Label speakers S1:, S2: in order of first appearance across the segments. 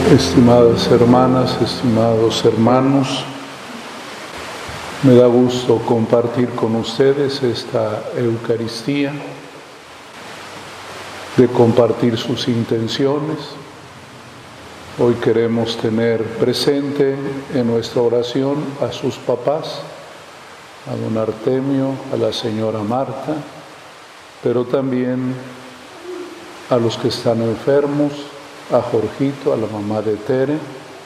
S1: Estimadas hermanas, estimados hermanos, me da gusto compartir con ustedes esta Eucaristía, de compartir sus intenciones. Hoy queremos tener presente en nuestra oración a sus papás, a don Artemio, a la señora Marta, pero también a los que están enfermos, a Jorgito, a la mamá de Tere.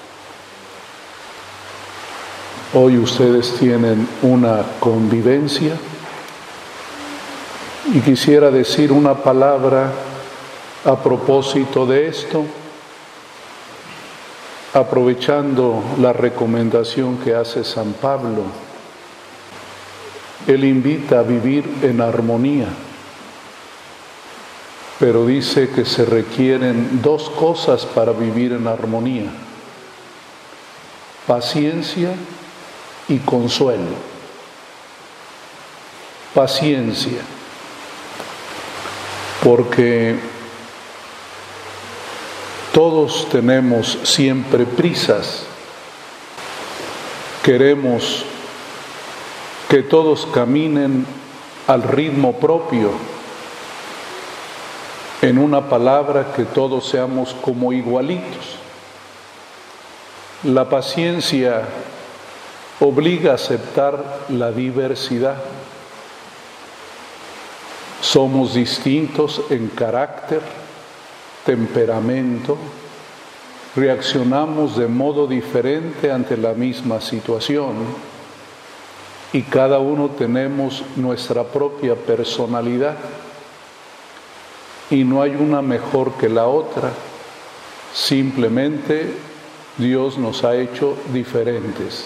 S1: Hoy ustedes tienen una convivencia y quisiera decir una palabra a propósito de esto, aprovechando la recomendación que hace San Pablo. Él invita a vivir en armonía, pero dice que se requieren dos cosas para vivir en armonía: paciencia y consuelo. Paciencia, porque todos tenemos siempre prisas, queremos que todos caminen al ritmo propio. En una palabra, que todos seamos como igualitos. La paciencia obliga a aceptar la diversidad. Somos distintos en carácter, temperamento, reaccionamos de modo diferente ante la misma situación y cada uno tenemos nuestra propia personalidad. Y no hay una mejor que la otra, simplemente Dios nos ha hecho diferentes.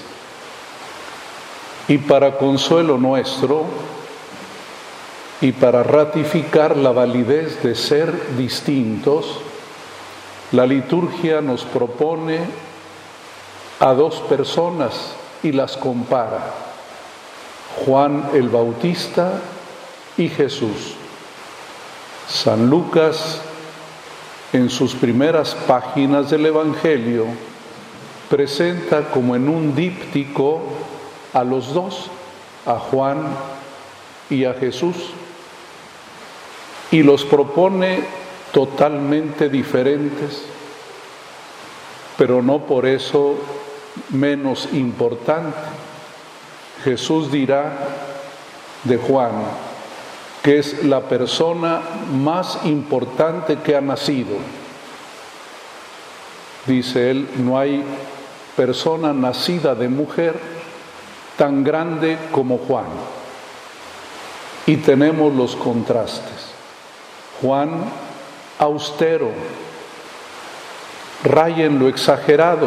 S1: Y para consuelo nuestro, y para ratificar la validez de ser distintos, la liturgia nos propone a dos personas y las compara: Juan el Bautista y Jesús. San Lucas, en sus primeras páginas del Evangelio, presenta como en un díptico a los dos, a Juan y a Jesús, y los propone totalmente diferentes, pero no por eso menos importante. Jesús dirá de Juan que es la persona más importante que ha nacido. Dice él, no hay persona nacida de mujer tan grande como Juan. Y tenemos los contrastes. Juan, austero, raya en lo exagerado,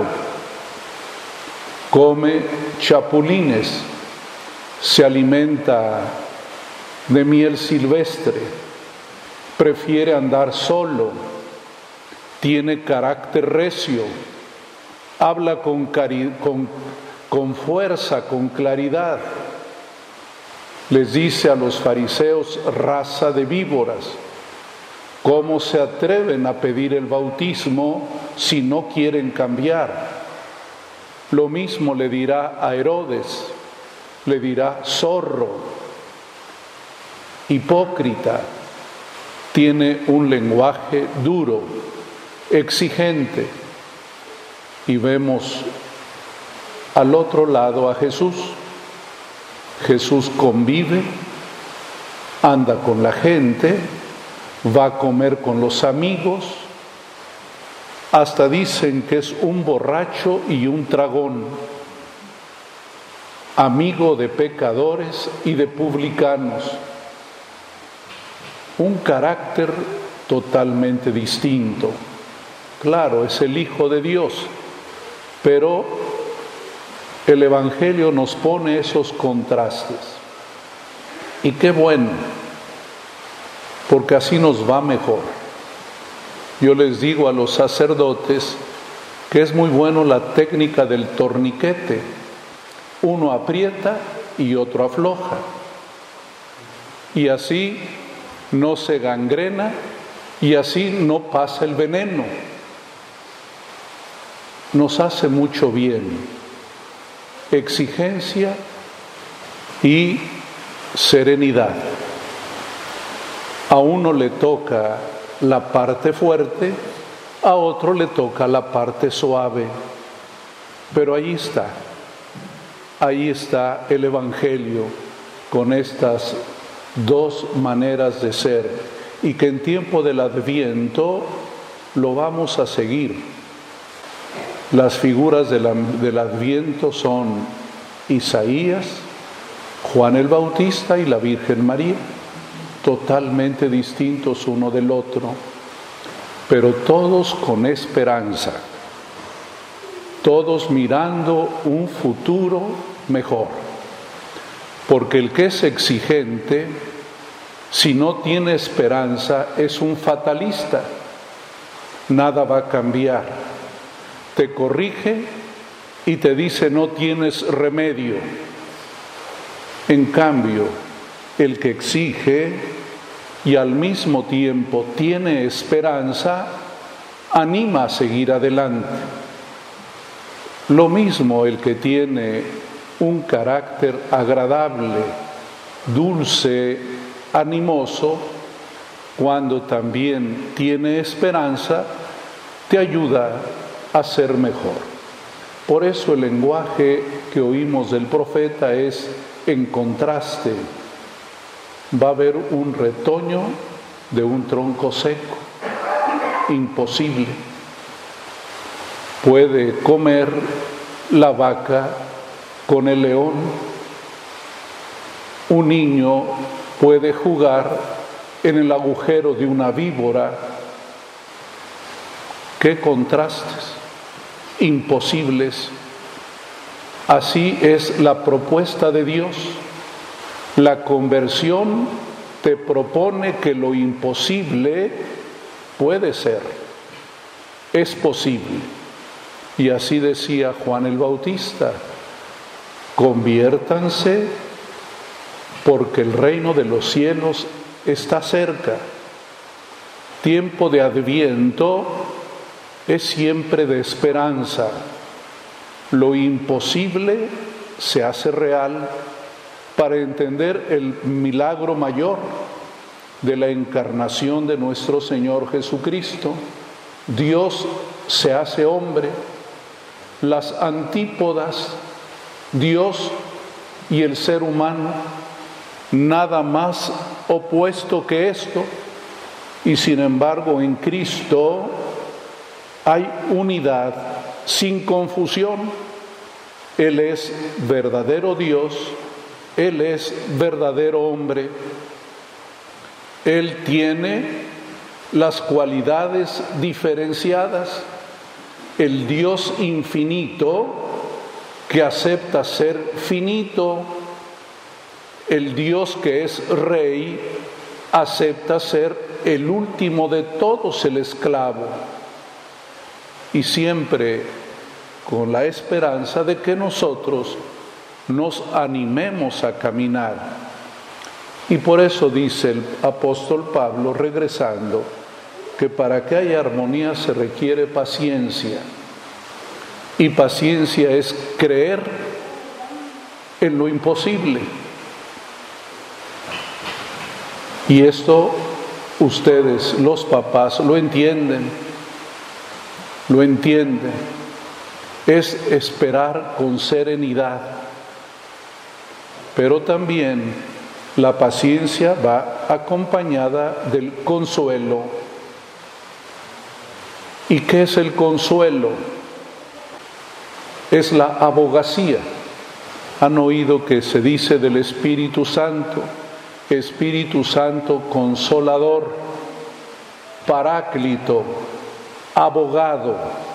S1: come chapulines, se alimenta de miel silvestre, prefiere andar solo, tiene carácter recio, habla con fuerza, con claridad. Les dice a los fariseos: raza de víboras, ¿cómo se atreven a pedir el bautismo si no quieren cambiar? Lo mismo le dirá a Herodes, le dirá zorro, hipócrita. Tiene un lenguaje duro, exigente. Y vemos al otro lado a Jesús. Jesús convive, anda con la gente, va a comer con los amigos, hasta dicen que es un borracho y un tragón, amigo de pecadores y de publicanos. Un carácter totalmente distinto. Claro, es el Hijo de Dios, pero el Evangelio nos pone esos contrastes. Y qué bueno, porque así nos va mejor. Yo les digo a los sacerdotes que es muy bueno la técnica del torniquete. Uno aprieta y otro afloja. Y así no se gangrena y así no pasa el veneno. nos hace mucho bien. Exigencia y serenidad. A uno le toca la parte fuerte, a otro le toca la parte suave. Pero ahí está el Evangelio con estas dos maneras de ser, y que en tiempo del Adviento lo vamos a seguir. Las figuras del Adviento son Isaías, Juan el Bautista y la Virgen María, totalmente distintos uno del otro, pero todos con esperanza, todos mirando un futuro mejor. Porque el que es exigente, si no tiene esperanza, es un fatalista. Nada va a cambiar. Te corrige y te dice no tienes remedio. En cambio, el que exige y al mismo tiempo tiene esperanza, anima a seguir adelante. Lo mismo el que tiene un carácter agradable, dulce, animoso, cuando también tiene esperanza, te ayuda a ser mejor. Por eso el lenguaje que oímos del profeta es en contraste. Va a haber un retoño de un tronco seco, imposible. Puede comer la vaca con el león. Un niño puede jugar en el agujero de una víbora. ¡Qué contrastes! Imposibles. Así es la propuesta de Dios. La conversión te propone que lo imposible puede ser, es posible. Y así decía Juan el Bautista: conviértanse porque el reino de los cielos está cerca. Tiempo de Adviento es siempre de esperanza. Lo imposible se hace real para entender el milagro mayor de la encarnación de nuestro Señor Jesucristo. Dios se hace hombre. Las antípodas, Dios y el ser humano, nada más opuesto que esto, y sin embargo en Cristo hay unidad sin confusión. Él es verdadero Dios, Él es verdadero hombre. Él tiene las cualidades diferenciadas. El Dios infinito que acepta ser finito, el Dios que es rey acepta ser el último de todos, el esclavo, y siempre con la esperanza de que nosotros nos animemos a caminar. Y por eso dice el apóstol Pablo, regresando, que para que haya armonía se requiere paciencia. Y paciencia es creer en lo imposible. Y esto ustedes, los papás, lo entienden. Es esperar con serenidad. Pero también la paciencia va acompañada del consuelo. ¿Y qué es el consuelo? Es la abogacía. Han oído que se dice del Espíritu Santo consolador, paráclito, abogado.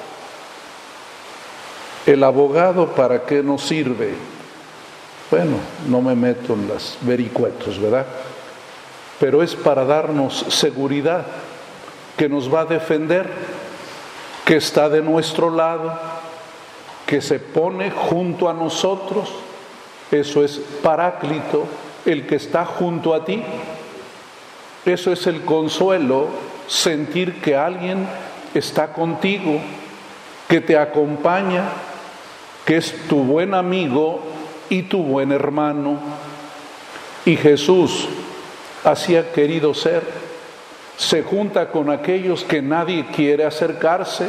S1: ¿El abogado para qué nos sirve? Bueno, no me meto en los vericuetos, ¿verdad? Pero es para darnos seguridad, que nos va a defender, que está de nuestro lado, que se pone junto a nosotros. Eso es paráclito, el que está junto a ti. Eso es el consuelo, sentir que alguien está contigo, que te acompaña, que es tu buen amigo y tu buen hermano. Y Jesús así ha querido ser. Se junta con aquellos que nadie quiere acercarse,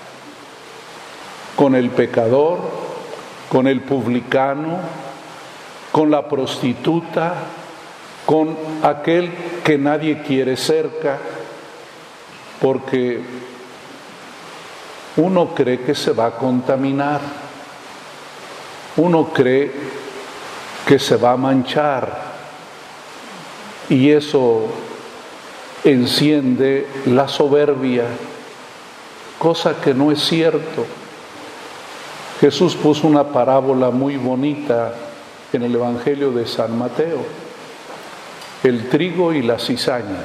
S1: con el pecador, con el publicano, con la prostituta, con aquel que nadie quiere cerca, porque uno cree que se va a contaminar, uno cree que se va a manchar, y eso enciende la soberbia, cosa que no es cierto. Jesús puso una parábola muy bonita en el Evangelio de San Mateo, el trigo y la cizaña.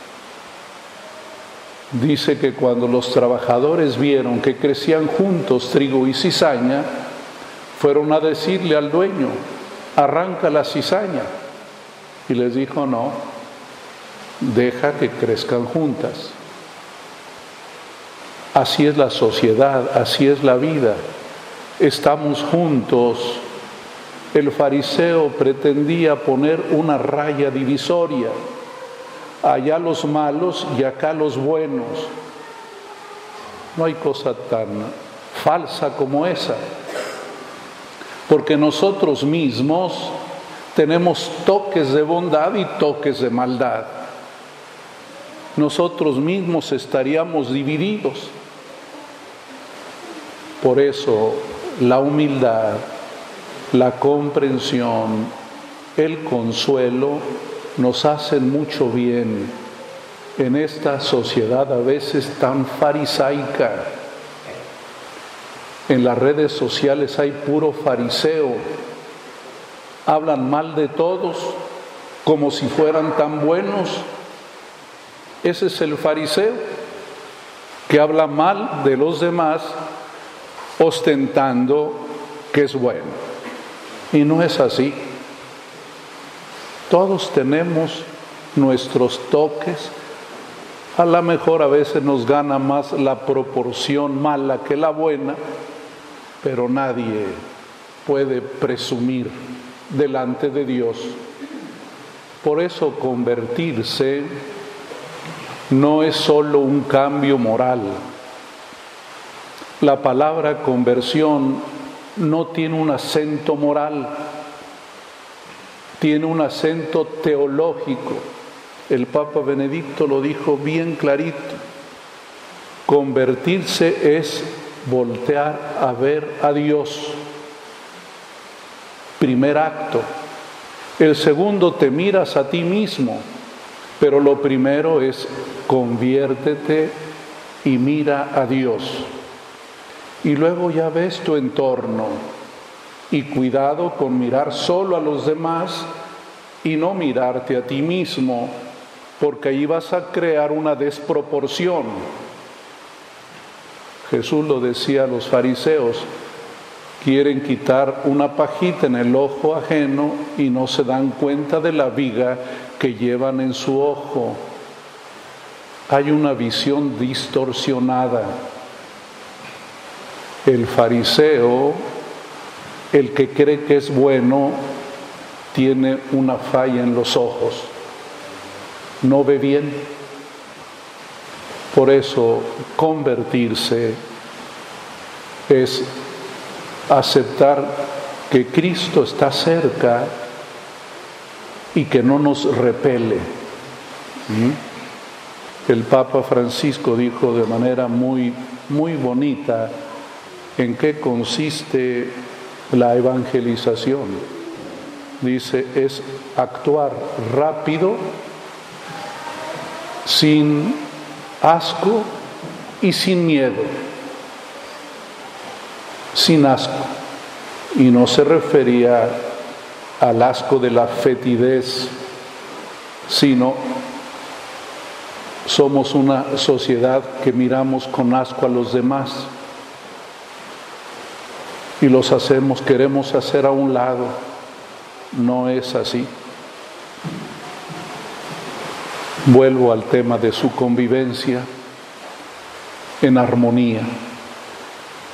S1: Dice que cuando los trabajadores vieron que crecían juntos trigo y cizaña, fueron a decirle al dueño: arranca la cizaña. Y les dijo: no, deja que crezcan juntas. Así es la sociedad, así es la vida. Estamos juntos. El fariseo pretendía poner una raya divisoria, allá los malos y acá los buenos. No hay cosa tan falsa como esa, porque nosotros mismos tenemos toques de bondad y toques de maldad. Nosotros mismos estaríamos divididos. Por eso la humildad, la comprensión, el consuelo nos hacen mucho bien en esta sociedad a veces tan farisaica. En las redes sociales hay puro fariseo. Hablan mal de todos como si fueran tan buenos. Ese es el fariseo, que habla mal de los demás ostentando que es bueno. Y no es así. Todos tenemos nuestros toques. A lo mejor a veces nos gana más la proporción mala que la buena, pero nadie puede presumir delante de Dios. Por eso convertirse no es solo un cambio moral. La palabra conversión no tiene un acento moral, tiene un acento teológico. El Papa Benedicto lo dijo bien clarito. Convertirse es voltear a ver a Dios. Primer acto. El segundo, te miras a ti mismo, pero lo primero es conviértete y mira a Dios. Y luego ya ves tu entorno, y cuidado con mirar solo a los demás y no mirarte a ti mismo, porque ahí vas a crear una desproporción. Jesús lo decía a los fariseos: quieren quitar una pajita en el ojo ajeno y no se dan cuenta de la viga que llevan en su ojo. Hay una visión distorsionada. El fariseo, el que cree que es bueno, tiene una falla en los ojos, no ve bien. Por eso convertirse es aceptar que Cristo está cerca y que no nos repele. El Papa Francisco dijo de manera muy, muy bonita en qué consiste la evangelización. Dice, es actuar rápido, sin asco y sin miedo. Sin asco. Y no se refería al asco de la fetidez, sino somos una sociedad que miramos con asco a los demás y los queremos hacer a un lado. No es así. Vuelvo al tema de su convivencia en armonía.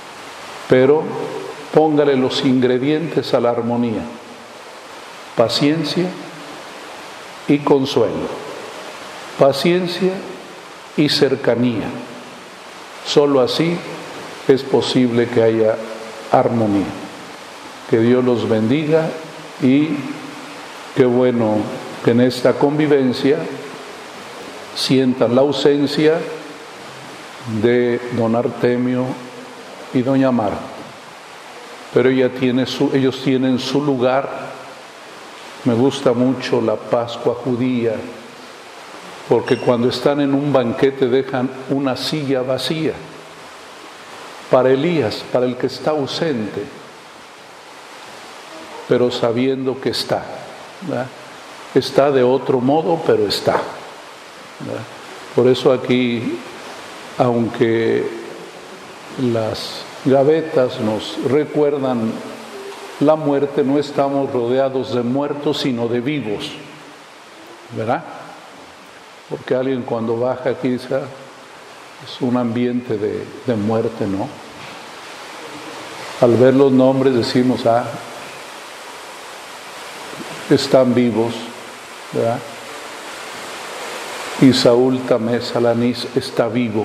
S1: pero póngale los ingredientes a la armonía: paciencia y consuelo, paciencia y cercanía. Solo así es posible que haya armonía. Que Dios los bendiga, y qué bueno que en esta convivencia sientan la ausencia de don Artemio y doña Marta, pero ellos tienen su lugar. Me gusta mucho la Pascua judía, porque cuando están en un banquete dejan una silla vacía para Elías, para el que está ausente, pero sabiendo que está, ¿verdad? Está de otro modo, pero está, ¿verdad? Por eso aquí, aunque las gavetas nos recuerdan la muerte, no estamos rodeados de muertos, sino de vivos, ¿verdad? Porque alguien cuando baja aquí dice, es un ambiente de muerte, ¿no? Al ver los nombres decimos, están vivos, ¿verdad? Y Saúl Tamés Alanís está vivo,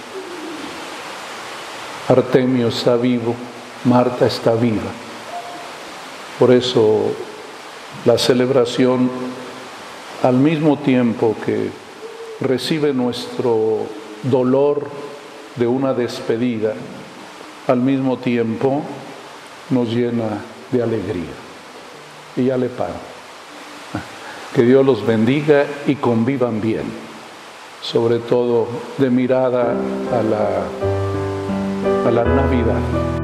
S1: Artemio está vivo, Marta está viva. Por eso la celebración, al mismo tiempo que recibe nuestro dolor de una despedida, al mismo tiempo nos llena de alegría. Y ya le paro. Que Dios los bendiga y convivan bien, sobre todo de mirada a la Navidad.